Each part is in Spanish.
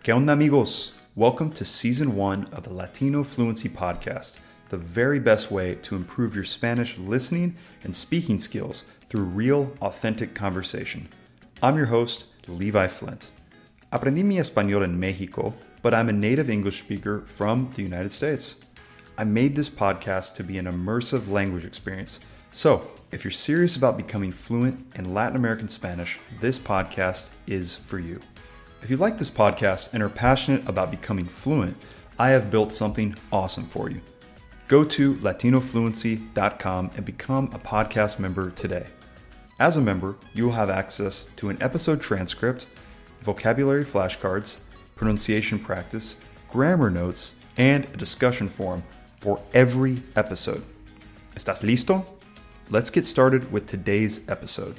¿Qué onda, amigos? Welcome to Season 1 of the Latino Fluency Podcast, the very best way to improve your Spanish listening and speaking skills through real, authentic conversation. I'm your host, Levi Flint. Aprendí mi español in Mexico, but I'm a native English speaker from the United States. I made this podcast to be an immersive language experience. So, if you're serious about becoming fluent in Latin American Spanish, this podcast is for you. If you like this podcast and are passionate about becoming fluent, I have built something awesome for you. Go to latinofluency.com and become a podcast member today. As a member, you will have access to an episode transcript, vocabulary flashcards, pronunciation practice, grammar notes, and a discussion forum for every episode. ¿Estás listo? Let's get started with today's episode.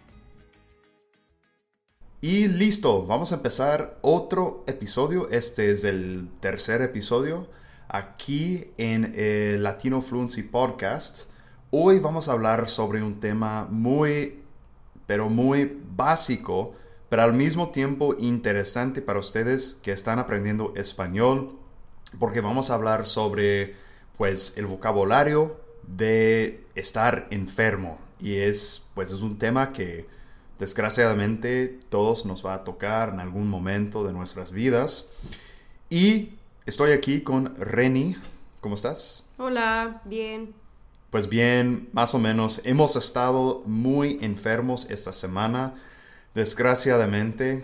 Y listo, vamos a empezar otro episodio. Este es el tercer episodio aquí en el Latino Fluency Podcast. Hoy vamos a hablar sobre un tema muy básico, pero al mismo tiempo interesante para ustedes que están aprendiendo español, porque vamos a hablar sobre, el vocabulario de estar enfermo. Y es un tema que desgraciadamente todos nos va a tocar en algún momento de nuestras vidas. Y estoy aquí con Reni. ¿Cómo estás? Hola, bien. Pues bien, más o menos. Hemos estado muy enfermos esta semana. Desgraciadamente,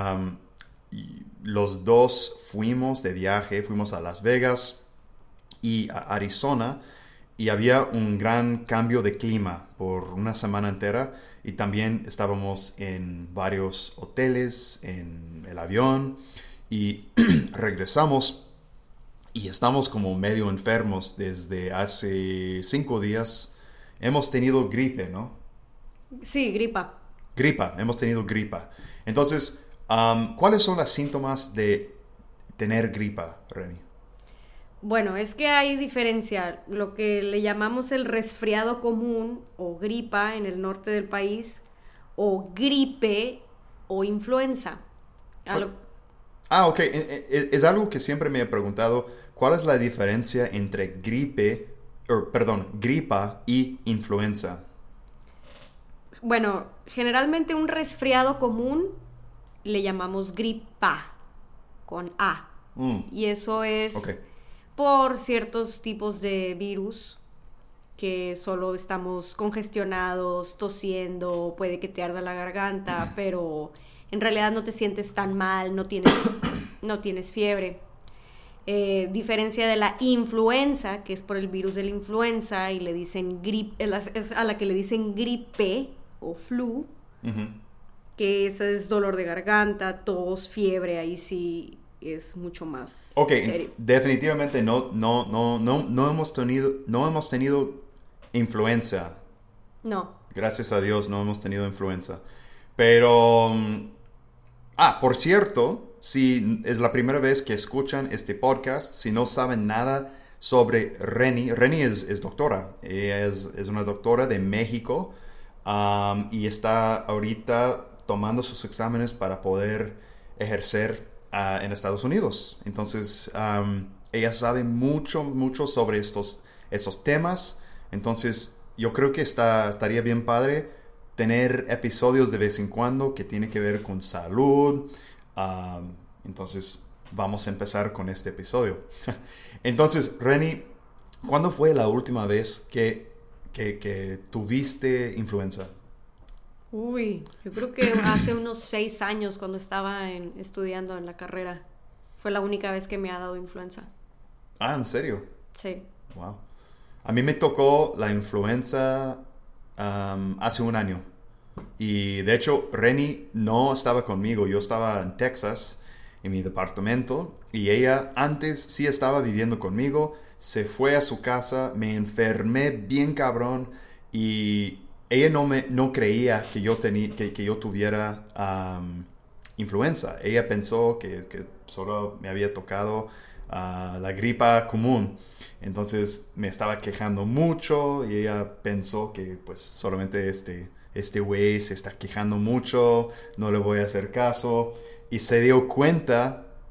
los dos fuimos de viaje. Fuimos a Las Vegas y a Arizona. Y había un gran cambio de clima por una semana entera. Y también estábamos en varios hoteles, en el avión. Y regresamos y estamos como medio enfermos desde hace 5 días. Hemos tenido gripe, ¿no? Sí, gripa. Hemos tenido gripa. Entonces, ¿cuáles son los síntomas de tener gripa, Reni? Bueno, es que hay diferencia. Lo que le llamamos el resfriado común o gripa en el norte del país, o gripe o influenza. Ok. Es algo que siempre me he preguntado. ¿Cuál es la diferencia entre gripa y influenza? Bueno, generalmente un resfriado común le llamamos gripa con A. Y eso es por ciertos tipos de virus que solo estamos congestionados, tosiendo, puede que te arda la garganta, pero en realidad no te sientes tan mal, no tienes fiebre. Diferencia de la influenza, que es por el virus de la influenza y le dicen es a la que le dicen gripe o flu, que eso es dolor de garganta, tos, fiebre, ahí sí es mucho más serio. Definitivamente no hemos tenido influenza. No. Gracias a Dios no hemos tenido influenza. Pero, por cierto, si es la primera vez que escuchan este podcast, si no saben nada sobre Reni es doctora. Ella es una doctora de México y está ahorita tomando sus exámenes para poder ejercer en Estados Unidos. Entonces, ella sabe mucho sobre estos temas. Entonces, yo creo que estaría bien padre tener episodios de vez en cuando que tiene que ver con salud. Entonces, vamos a empezar con este episodio. Entonces, Reni, ¿cuándo fue la última vez que tuviste influenza? Yo creo que hace unos 6 años cuando estaba estudiando en la carrera. Fue la única vez que me ha dado influenza. ¿En serio? Sí. Wow. A mí me tocó la influenza hace 1 año. Y de hecho, Reni no estaba conmigo. Yo estaba en Texas, en mi departamento. Y ella antes sí estaba viviendo conmigo. Se fue a su casa. Me enfermé bien cabrón. Y ella no creía que yo tuviera influenza. Ella pensó que solo me había tocado la gripa común. Entonces me estaba quejando mucho y ella pensó que solamente este güey se está quejando mucho, no le voy a hacer caso. Y se dio cuenta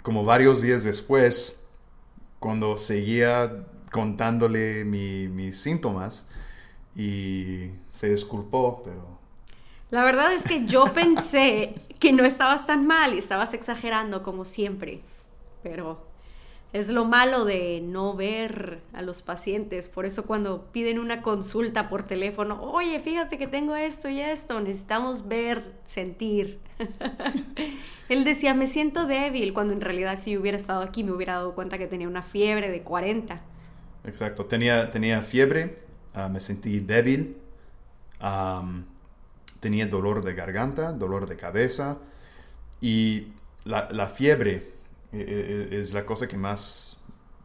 como varios días después, cuando seguía contándole mis síntomas, y se disculpó, pero... La verdad es que yo pensé que no estabas tan mal y estabas exagerando como siempre, pero es lo malo de no ver a los pacientes. Por eso cuando piden una consulta por teléfono, oye, fíjate que tengo esto y esto, necesitamos ver, sentir. Él decía, me siento débil, cuando en realidad si yo hubiera estado aquí me hubiera dado cuenta que tenía una fiebre de 40. Exacto, tenía fiebre, me sentí débil, tenía dolor de garganta, dolor de cabeza, y la fiebre es la cosa que más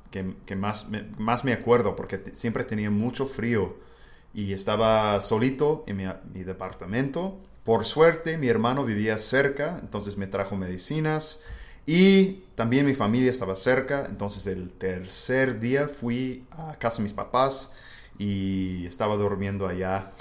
me acuerdo, porque siempre tenía mucho frío y estaba solito en mi departamento. Por suerte mi hermano vivía cerca, entonces me trajo medicinas, y también mi familia estaba cerca. Entonces el tercer día fui a casa de mis papás y estaba durmiendo allá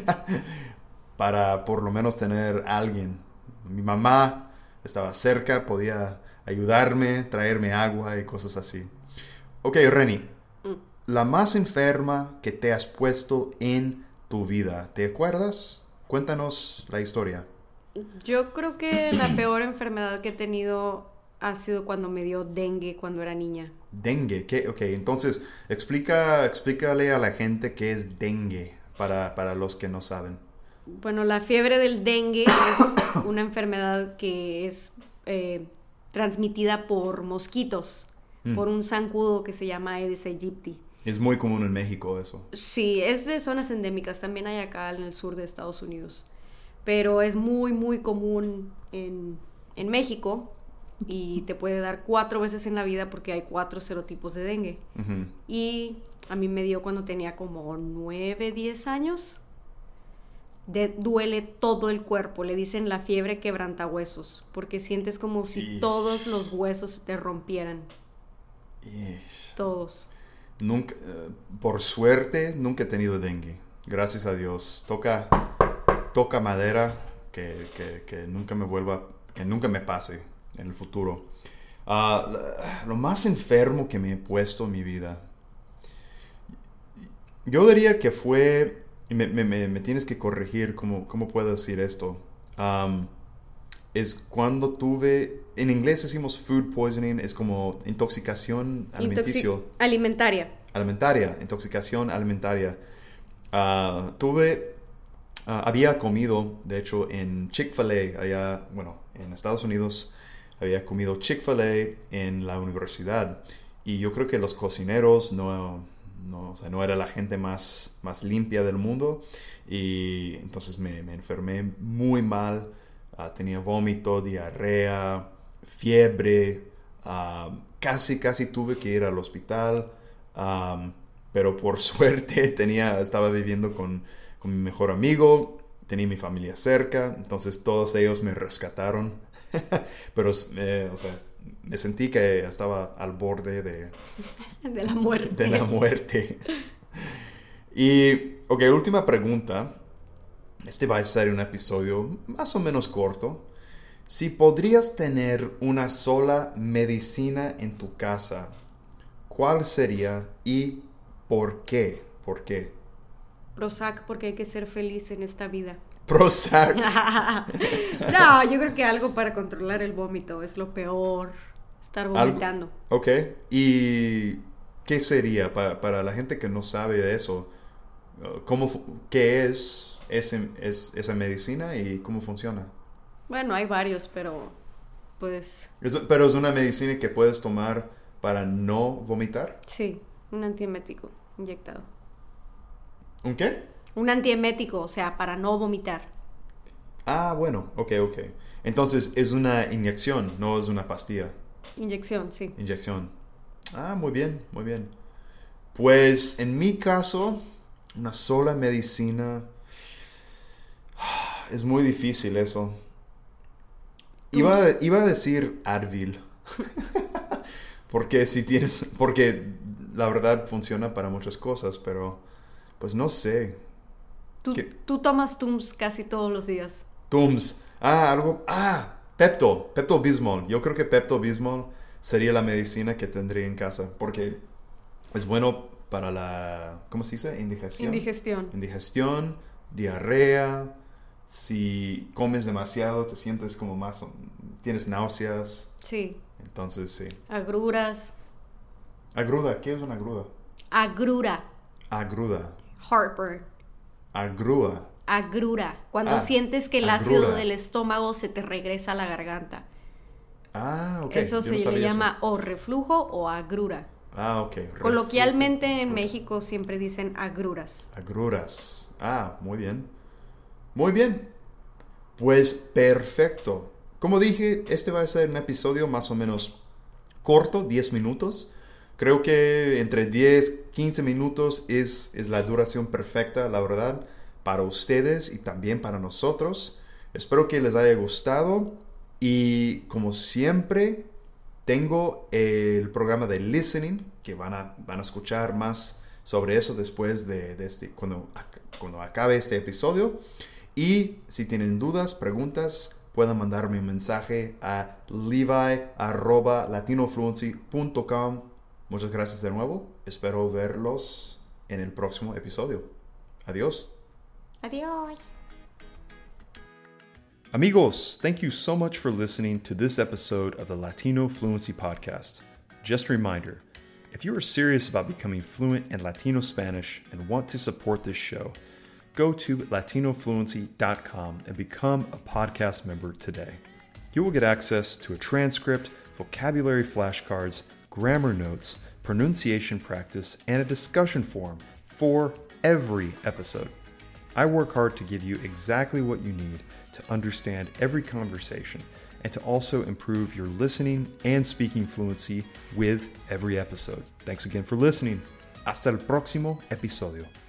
para por lo menos tener a alguien. Mi mamá estaba cerca, podía ayudarme, traerme agua y cosas así. Ok, Reni, la más enferma que te has puesto en tu vida, ¿te acuerdas? Cuéntanos la historia. Yo creo que la peor enfermedad que he tenido ha sido cuando me dio dengue cuando era niña. Dengue, ¿qué? Ok, entonces explícale a la gente qué es dengue para los que no saben. Bueno, la fiebre del dengue es una enfermedad que es transmitida por mosquitos, por un zancudo que se llama Aedes aegypti. Es muy común en México eso. Sí, es de zonas endémicas, también hay acá en el sur de Estados Unidos, pero es muy, muy común en México y te puede dar 4 veces en la vida porque hay 4 serotipos de dengue. Uh-huh. Y a mí me dio cuando tenía como 9, 10 años. Duele todo el cuerpo, le dicen la fiebre quebrantahuesos, porque sientes como si todos los huesos se te rompieran. Todos. Nunca, por suerte, nunca he tenido dengue. Gracias a Dios. Toca madera que nunca me pase en el futuro. Lo más enfermo que me he puesto en mi vida, yo diría que fue... Me tienes que corregir cómo puedo decir esto. Es cuando tuve... En inglés decimos food poisoning, es como intoxicación alimentaria. Intoxicación alimentaria. Había comido, de hecho, en Chick-fil-A, allá, bueno, en Estados Unidos, había comido Chick-fil-A en la universidad. Y yo creo que los cocineros no era la gente más limpia del mundo. Y entonces me enfermé muy mal. Tenía vómito, diarrea, fiebre. Casi tuve que ir al hospital. Pero por suerte estaba viviendo con mi mejor amigo. Tenía mi familia cerca. Entonces todos ellos me rescataron. Pero, me sentí que estaba al borde de la muerte. De la muerte. Y, ok, última pregunta. Este va a ser un episodio más o menos corto. Si podrías tener una sola medicina en tu casa, ¿cuál sería y por qué? ¿Por qué? Prozac, porque hay que ser feliz en esta vida. Prozac. No, yo creo que algo para controlar el vómito es lo peor. Estar vomitando. Ok. ¿Y qué sería para la gente que no sabe de eso? ¿Qué es esa medicina y cómo funciona? Bueno, hay varios, pero pues... ¿Pero es una medicina que puedes tomar para no vomitar? Sí, un antiemético inyectado. ¿Un qué? Un antiemético, o sea, para no vomitar. Ah, bueno, ok. Entonces es una inyección, no es una pastilla. Inyección, sí. Inyección. Ah, muy bien. Pues en mi caso, una sola medicina... Es muy difícil eso. Iba a decir Advil. Porque la verdad funciona para muchas cosas, pero pues no sé. Tú tomas Tums casi todos los días. Tums. Pepto-Bismol. Yo creo que Pepto-Bismol sería la medicina que tendría en casa, porque es bueno para la, ¿cómo se dice? Indigestión, diarrea. Si comes demasiado, te sientes como más, tienes náuseas. Sí. Entonces, sí. Agruras. Agruda, ¿qué es una agruda? Agrura. Heartburn. Agrura. Cuando sientes que el ácido del estómago se te regresa a la garganta. Ok. Eso se le llama o reflujo o agrura. Ok. Coloquialmente en México siempre dicen agruras. Agruras. Muy bien. Muy bien. Pues perfecto. Como dije, este va a ser un episodio más o menos corto, 10 minutos. Creo que entre 10 y 15 minutos es la duración perfecta, la verdad, para ustedes y también para nosotros. Espero que les haya gustado. Y como siempre, tengo el programa de listening, que van a escuchar más sobre eso después de este, cuando acabe este episodio. Y si tienen dudas, preguntas, pueden mandarme un mensaje a levi@latinofluency.com. Muchas gracias de nuevo. Espero verlos en el próximo episodio. Adiós. Adiós. Amigos, thank you so much for listening to this episode of the Latino Fluency Podcast. Just a reminder, if you are serious about becoming fluent in Latino Spanish and want to support this show, go to latinofluency.com and become a podcast member today. You will get access to a transcript, vocabulary flashcards, grammar notes, pronunciation practice, and a discussion forum for every episode. I work hard to give you exactly what you need to understand every conversation and to also improve your listening and speaking fluency with every episode. Thanks again for listening. Hasta el próximo episodio.